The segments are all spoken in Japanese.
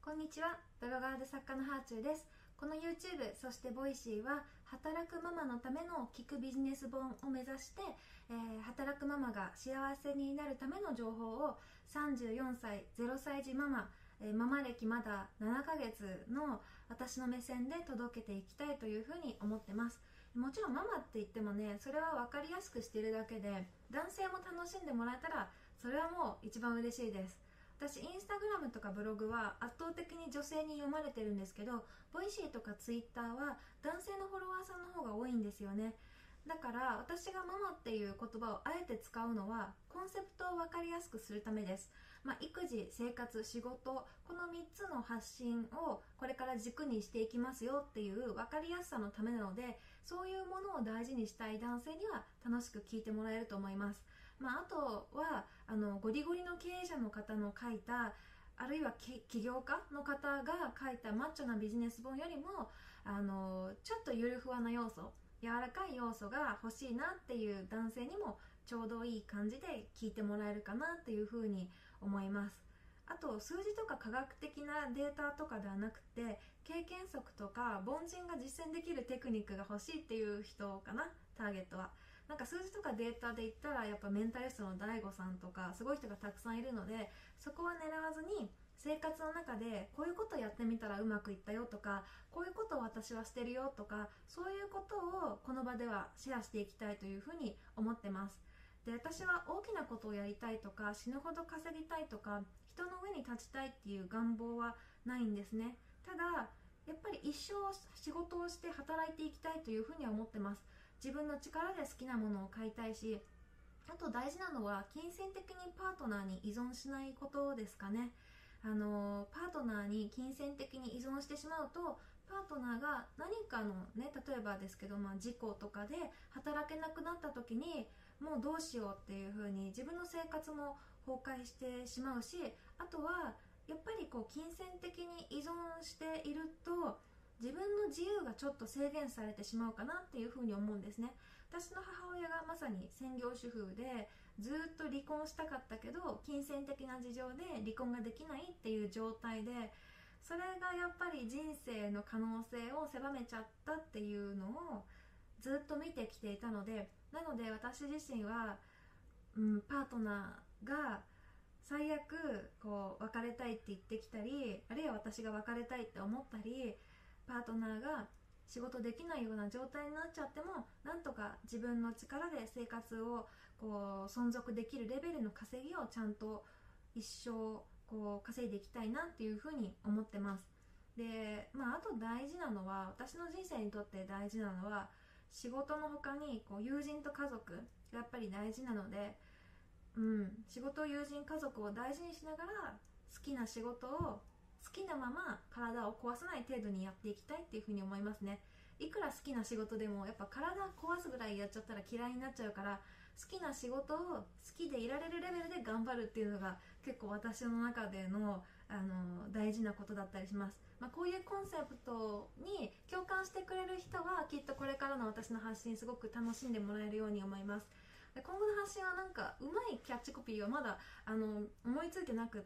こんにちは、ブロガーで作家のハーチューです。この YouTube、そしてボイシーは働くママのための聞くビジネス本を目指して、働くママが幸せになるための情報を34歳0歳児ママ、ママ歴まだ7ヶ月の私の目線で届けていきたいというふうに思ってます。もちろんママって言ってもね、それは分かりやすくしているだけで、男性も楽しんでもらえたらそれはもう一番嬉しいです。私インスタグラムとかブログは圧倒的に女性に読まれてるんですけど、ボイシーとかツイッターは男性のフォロワーさんの方が多いんですよね。だから私がママっていう言葉をあえて使うのはコンセプトを分かりやすくするためです。育児、生活、仕事、この3つの発信をこれから軸にしていきますよっていう分かりやすさのためなので、そういうものを大事にしたい男性には楽しく聞いてもらえると思います。あとはゴリゴリの経営者の方の書いた、あるいは起業家の方が書いたマッチョなビジネス本よりもちょっとゆるふわな要素、柔らかい要素が欲しいなっていう男性にもちょうどいい感じで聞いてもらえるかなっていうふうに思います。あと数字とか科学的なデータとかではなくて、経験則とか凡人が実践できるテクニックが欲しいっていう人かな、ターゲットは。なんか数字とかデータで言ったらやっぱメンタリストの DAIGO さんとかすごい人がたくさんいるので、そこは狙わずに生活の中でこういうことやってみたらうまくいったよとか、こういうことを私はしてるよとか、そういうことをこの場ではシェアしていきたいというふうに思ってます。で、私は大きなことをやりたいとか死ぬほど稼ぎたいとか人の上に立ちたいっていう願望はないんですね。ただやっぱり一生仕事をして働いていきたいというふうには思ってます。自分の力で好きなものを買いたいし、あと大事なのは金銭的にパートナーに依存しないことですかね。パートナーに金銭的に依存してしまうと、パートナーが何かのね、例えばですけど、事故とかで働けなくなった時にもうどうしようっていう風に自分の生活も崩壊してしまうし、あとはやっぱり金銭的に依存していると自分の自由がちょっと制限されてしまうかなっていうふうに思うんですね。私の母親がまさに専業主婦でずっと離婚したかったけど金銭的な事情で離婚ができないっていう状態で、それがやっぱり人生の可能性を狭めちゃったっていうのをずっと見てきていたので、なので私自身は、パートナーが最悪別れたいって言ってきたり、あるいは私が別れたいって思ったり、パートナーが仕事できないような状態になっちゃっても、なんとか自分の力で生活を存続できるレベルの稼ぎをちゃんと一生稼いでいきたいなっていうふうに思ってます。で、あと大事なのは、私の人生にとって大事なのは仕事の他に友人と家族がやっぱり大事なので、仕事、友人、家族を大事にしながら好きな仕事を好きなまま体を壊さない程度にやっていきたいっていうふうに思いますね。いくら好きな仕事でもやっぱ体壊すぐらいやっちゃったら嫌いになっちゃうから、好きな仕事を好きでいられるレベルで頑張るっていうのが結構私の中での大事なことだったりします。こういうコンセプトに共感してくれる人はきっとこれからの私の発信すごく楽しんでもらえるように思います。今後の発信はなんかうまいキャッチコピーはまだ思いついてなくって、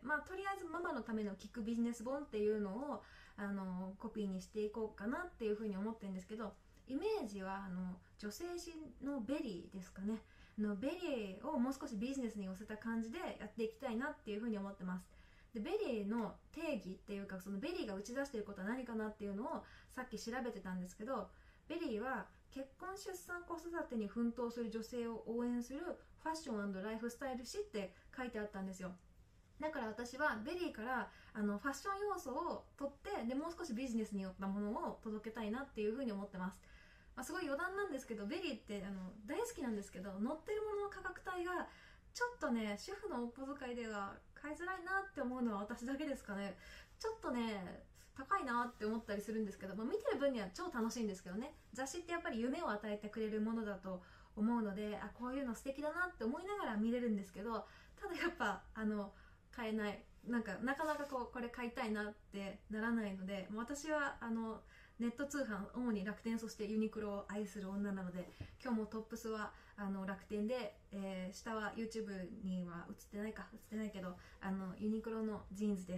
とりあえずママのための聞くビジネス本っていうのをコピーにしていこうかなっていうふうに思ってるんですけど、イメージは女性誌のベリーですかね。ベリーをもう少しビジネスに寄せた感じでやっていきたいなっていうふうに思ってます。で、ベリーの定義っていうか、そのベリーが打ち出していることは何かなっていうのをさっき調べてたんですけど、ベリーは結婚、出産、子育てに奮闘する女性を応援するファッション&ライフスタイル誌って書いてあったんですよ。だから私はベリーからファッション要素を取って、でもう少しビジネスに寄ったものを届けたいなっていうふうに思ってます。すごい余談なんですけど、ベリーって大好きなんですけど、載ってるものの価格帯がちょっとね、主婦のお小遣いでは買いづらいなって思うのは私だけですかね。ちょっとね、高いなって思ったりするんですけど、見てる分には超楽しいんですけどね。雑誌ってやっぱり夢を与えてくれるものだと思うので、こういうの素敵だなって思いながら見れるんですけど、ただやっぱ買えない、なかなかこれ買いたいなってならないので、私はネット通販、主に楽天、そしてユニクロを愛する女なので、今日もトップスは楽天で、下は YouTube には映ってないけどユニクロのジーンズです。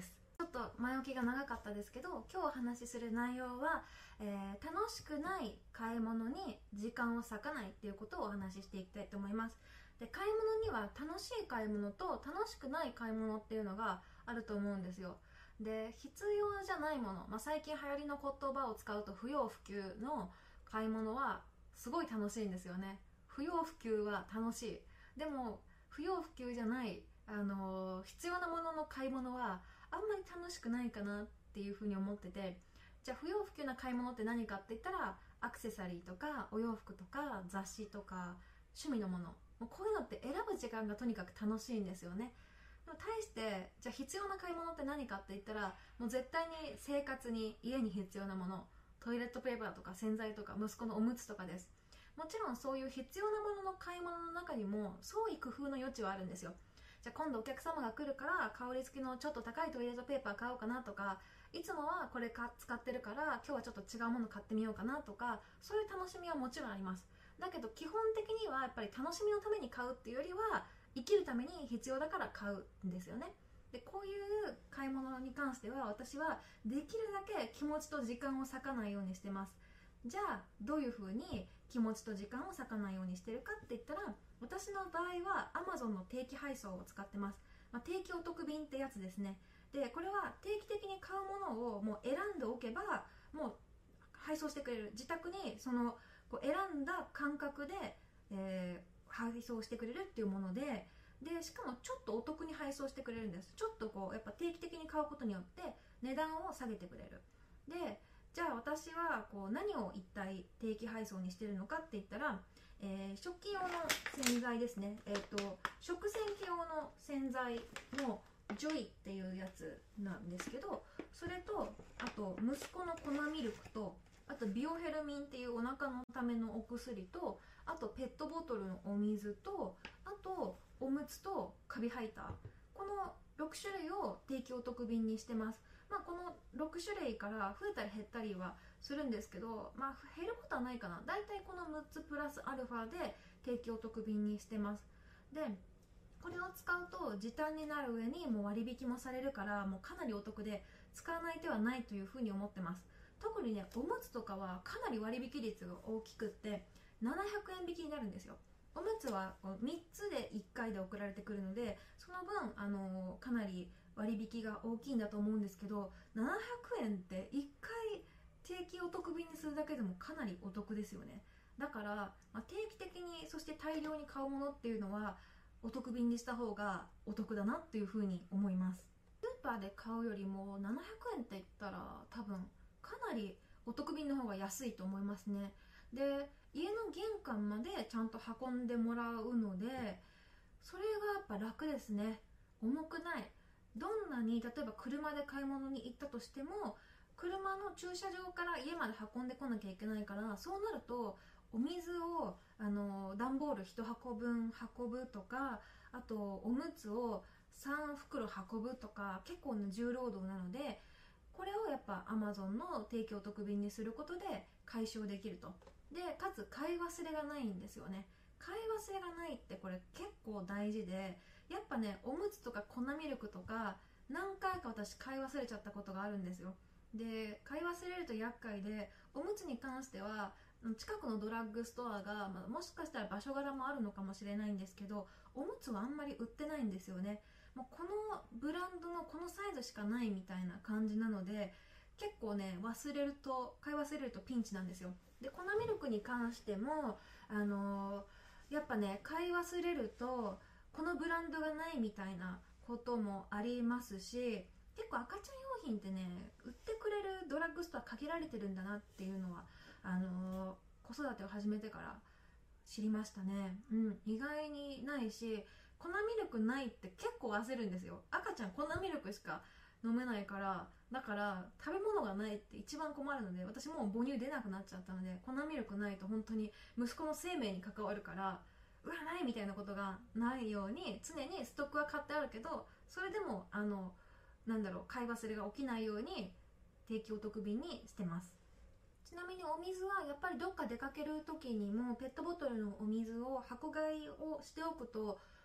ちょっと前置きが長かったですけど、今日お話しする内容は、楽しくない買い物に時間を割かないっていうことをお話ししていきたいと思います。で、買い物には楽しい買い物と楽しくない買い物っていうのがあると思うんですよ。で、必要じゃないもの、最近流行りの言葉を使うと不要不急の買い物はすごい楽しいんですよね。不要不急は楽しい。でも不要不急じゃない、必要なものの買い物はあんまり楽しくないかなっていうふうに思ってて、じゃあ不要不急な買い物って何かって言ったら、アクセサリーとかお洋服とか雑誌とか趣味のもの、もうこういうのって選ぶ時間がとにかく楽しいんですよね。でも対して、じゃあ必要な買い物って何かって言ったら、もう絶対に生活に家に必要なもの、トイレットペーパーとか洗剤とか息子のおむつとかです。もちろんそういう必要なものの買い物の中にも創意工夫の余地はあるんですよ。じゃあ今度お客様が来るから香り付きのちょっと高いトイレットペーパー買おうかなとか、いつもはこれ使ってるから今日はちょっと違うもの買ってみようかなとか、そういう楽しみはもちろんあります。だけど基本的にはやっぱり楽しみのために買うっていうよりは、生きるために必要だから買うんですよね。で、こういう買い物に関しては私はできるだけ気持ちと時間を割かないようにしてます。じゃあどういう風に気持ちと時間を割かないようにしてるかって言ったら、私の場合は Amazon の定期配送を使ってます。定期お得便ってやつですね。で、これは定期的に買うものをもう選んでおけば、もう配送してくれる。自宅にそのこう選んだ感覚で、配送してくれるっていうもので、しかもちょっとお得に配送してくれるんです。ちょっとこうやっぱ定期的に買うことによって値段を下げてくれる。で、じゃあ私はこう何を一体定期配送にしてるのかって言ったら、食器用の洗剤ですね。食洗機用の洗剤のジョイっていうやつなんですけど、それとあと息子の粉ミルクと、あとビオヘルミンっていうお腹のためのお薬と、あとペットボトルのお水と、あとおむつとカビハイター、この6種類を定期お得便にしてます。この6種類から増えたり減ったりはするんですけど、減ることはないかな。だいたいこの6つプラスアルファで定期お得便にしてます。で、これを使うと時短になる上にもう割引もされるから、もうかなりお得で使わない手はないというふうに思ってます。特にね、おむつとかはかなり割引率が大きくって700円引きになるんですよ。おむつは3つで1回で送られてくるので、その分かなり割引が大きいんだと思うんですけど、700円って1回定期お得便にするだけでもかなりお得ですよね。だから、定期的にそして大量に買うものっていうのはお得便にした方がお得だなっていうふうに思います。スーパーで買うよりも700円って言ったら多分かなりお得便の方が安いと思いますね。で、家の玄関までちゃんと運んでもらうので、それがやっぱ楽ですね。重くない。どんなに例えば車で買い物に行ったとしても、車の駐車場から家まで運んでこなきゃいけないから、そうなるとお水を段ボール1箱分運ぶとか、あとおむつを3袋運ぶとか、結構な重労働なので、これをやっぱ Amazon の定期お得便にすることで解消できると。で、かつ買い忘れがないんですよね。買い忘れがないってこれ結構大事で、やっぱね、おむつとか粉ミルクとか何回か私買い忘れちゃったことがあるんですよ。で、買い忘れると厄介で、おむつに関しては近くのドラッグストアが、もしかしたら場所柄もあるのかもしれないんですけど、おむつはあんまり売ってないんですよね。もうこのブランドのこのサイズしかないみたいな感じなので、結構ね、買い忘れるとピンチなんですよ。で、粉ミルクに関してもやっぱね、買い忘れるとこのブランドがないみたいなこともありますし、結構赤ちゃん用品ってね、売ってくれるドラッグストア限られてるんだなっていうのは子育てを始めてから知りましたね。意外にないし、粉ミルクないって結構焦るんですよ。赤ちゃん粉ミルクしか飲めないから。だから食べ物がないって一番困るので、私もう母乳出なくなっちゃったので、粉ミルクないと本当に息子の生命に関わるから、うわないみたいなことがないように常にストックは買ってあるけど、それでも買い忘れが起きないように定期お得便にしてます。ちなみにお水はやっぱりどっか出かける時にもペットボトルのお水を箱買いをしておくと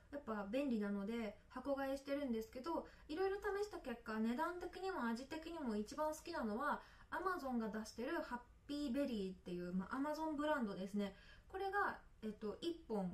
やっぱ便利なので箱買いしてるんですけど、いろいろ試した結果、値段的にも味的にも一番好きなのは Amazon が出してるハッピーベリーっていう、Amazon ブランドですね。これが、1本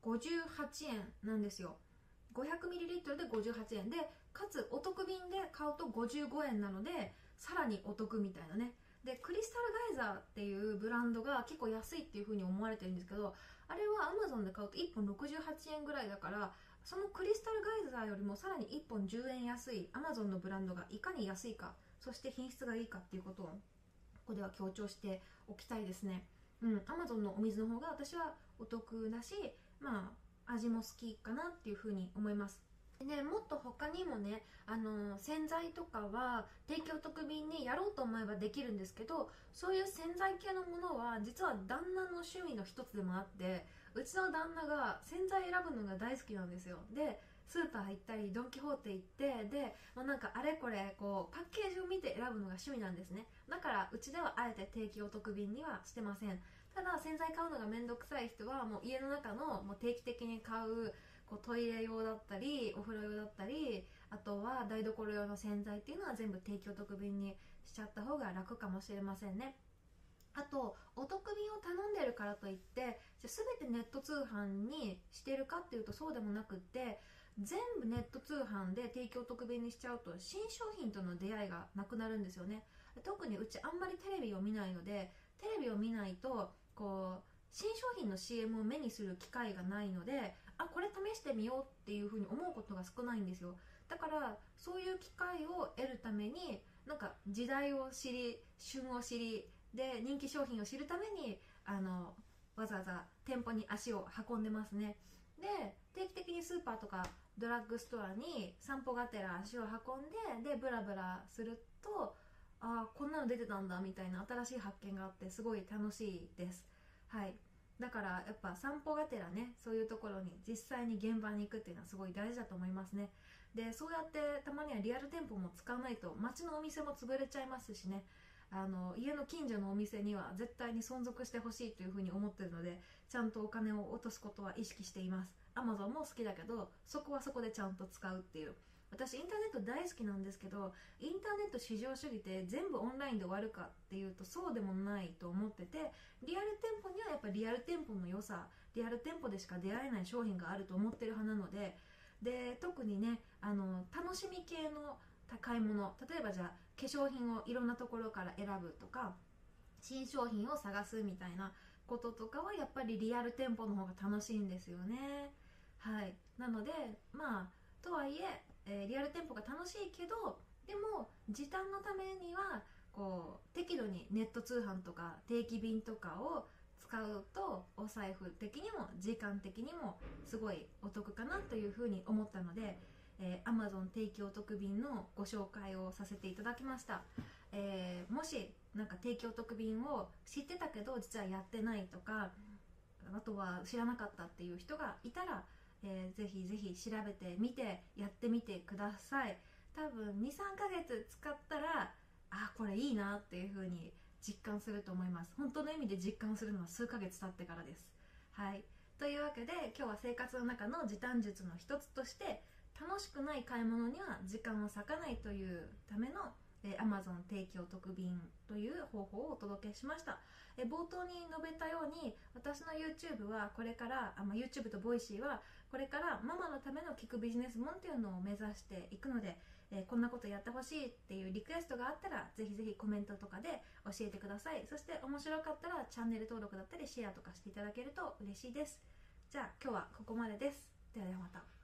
58円なんですよ。500ml で58円で、かつお得便で買うと55円なのでさらにお得みたいなね。でクリスタルガイザーっていうブランドが結構安いっていう風に思われてるんですけど、あれは Amazon で買うと1本68円ぐらいだから、そのクリスタルガイザーよりもさらに1本10円安い Amazon のブランドがいかに安いか、そして品質がいいかっていうことをここでは強調しておきたいですね。Amazon のお水の方が私はお得だし、味も好きかなっていう風に思います。でね、もっと他にもね、洗剤とかは提供特便にやろうと思えばできるんですけど、そういう洗剤系のものは実は旦那の趣味の一つでもあって、うちの旦那が洗剤選ぶのが大好きなんですよ。でスーパー行ったりドン・キホーテ行って、で、なんかあれこれこうパッケージを見て選ぶのが趣味なんですね。だからうちではあえて提供特便にはしてません。ただ洗剤買うのがめんどくさい人はもう家の中のもう定期的に買うトイレ用だったりお風呂用だったり、あとは台所用の洗剤っていうのは全部提供特便にしちゃった方が楽かもしれませんね。あとお得便を頼んでるからといってじゃあ全てネット通販にしてるかっていうとそうでもなくって、全部ネット通販で提供特便にしちゃうと新商品との出会いがなくなるんですよね。特にうちあんまりテレビを見ないので、テレビを見ないと新商品の CM を目にする機会がないので、これ試してみようっていう風に思うことが少ないんですよ。だからそういう機会を得るためになんか時代を知り、旬を知りで人気商品を知るためにわざわざ店舗に足を運んでますね。で定期的にスーパーとかドラッグストアに散歩がてら足を運んで、ブラブラすると、こんなの出てたんだみたいな新しい発見があってすごい楽しいです。はい。だからやっぱ散歩がてらね、そういうところに実際に現場に行くっていうのはすごい大事だと思いますね。でそうやってたまにはリアル店舗も使わないと街のお店も潰れちゃいますしね。家の近所のお店には絶対に存続してほしいというふうに思ってるので、ちゃんとお金を落とすことは意識しています。 Amazon も好きだけどそこはそこでちゃんと使うっていう。私インターネット大好きなんですけど、インターネット至上主義って全部オンラインで終わるかっていうとそうでもないと思ってて、リアル店舗にはやっぱリアル店舗の良さ、リアル店舗でしか出会えない商品があると思ってる派なので、特にね楽しみ系の高いもの、例えばじゃあ化粧品をいろんなところから選ぶとか新商品を探すみたいなこととかはやっぱりリアル店舗の方が楽しいんですよね。はい。なのでとはいえリアル店舗が楽しいけど、でも時短のためには適度にネット通販とか定期便とかを使うとお財布的にも時間的にもすごいお得かなというふうに思ったので、Amazon 提供特便のご紹介をさせていただきました。もしなんか提供特便を知ってたけど実はやってないとか、あとは知らなかったっていう人がいたら、ぜひぜひ調べてみてやってみてください。多分 2,3 ヶ月使ったらこれいいなっていう風に実感すると思います。本当の意味で実感するのは数ヶ月経ってからです。はい。というわけで今日は生活の中の時短術の一つとして、楽しくない買い物には時間を割かないというためのAmazon 提供特便という方法をお届けしました。冒頭に述べたように私の YouTube はこれからYouTube と Voicy はこれからママのための聞くビジネス本っていうのを目指していくので、こんなことやってほしいっていうリクエストがあったらぜひぜひコメントとかで教えてください。そして面白かったらチャンネル登録だったりシェアとかしていただけると嬉しいです。じゃあ今日はここまでです。ではまた。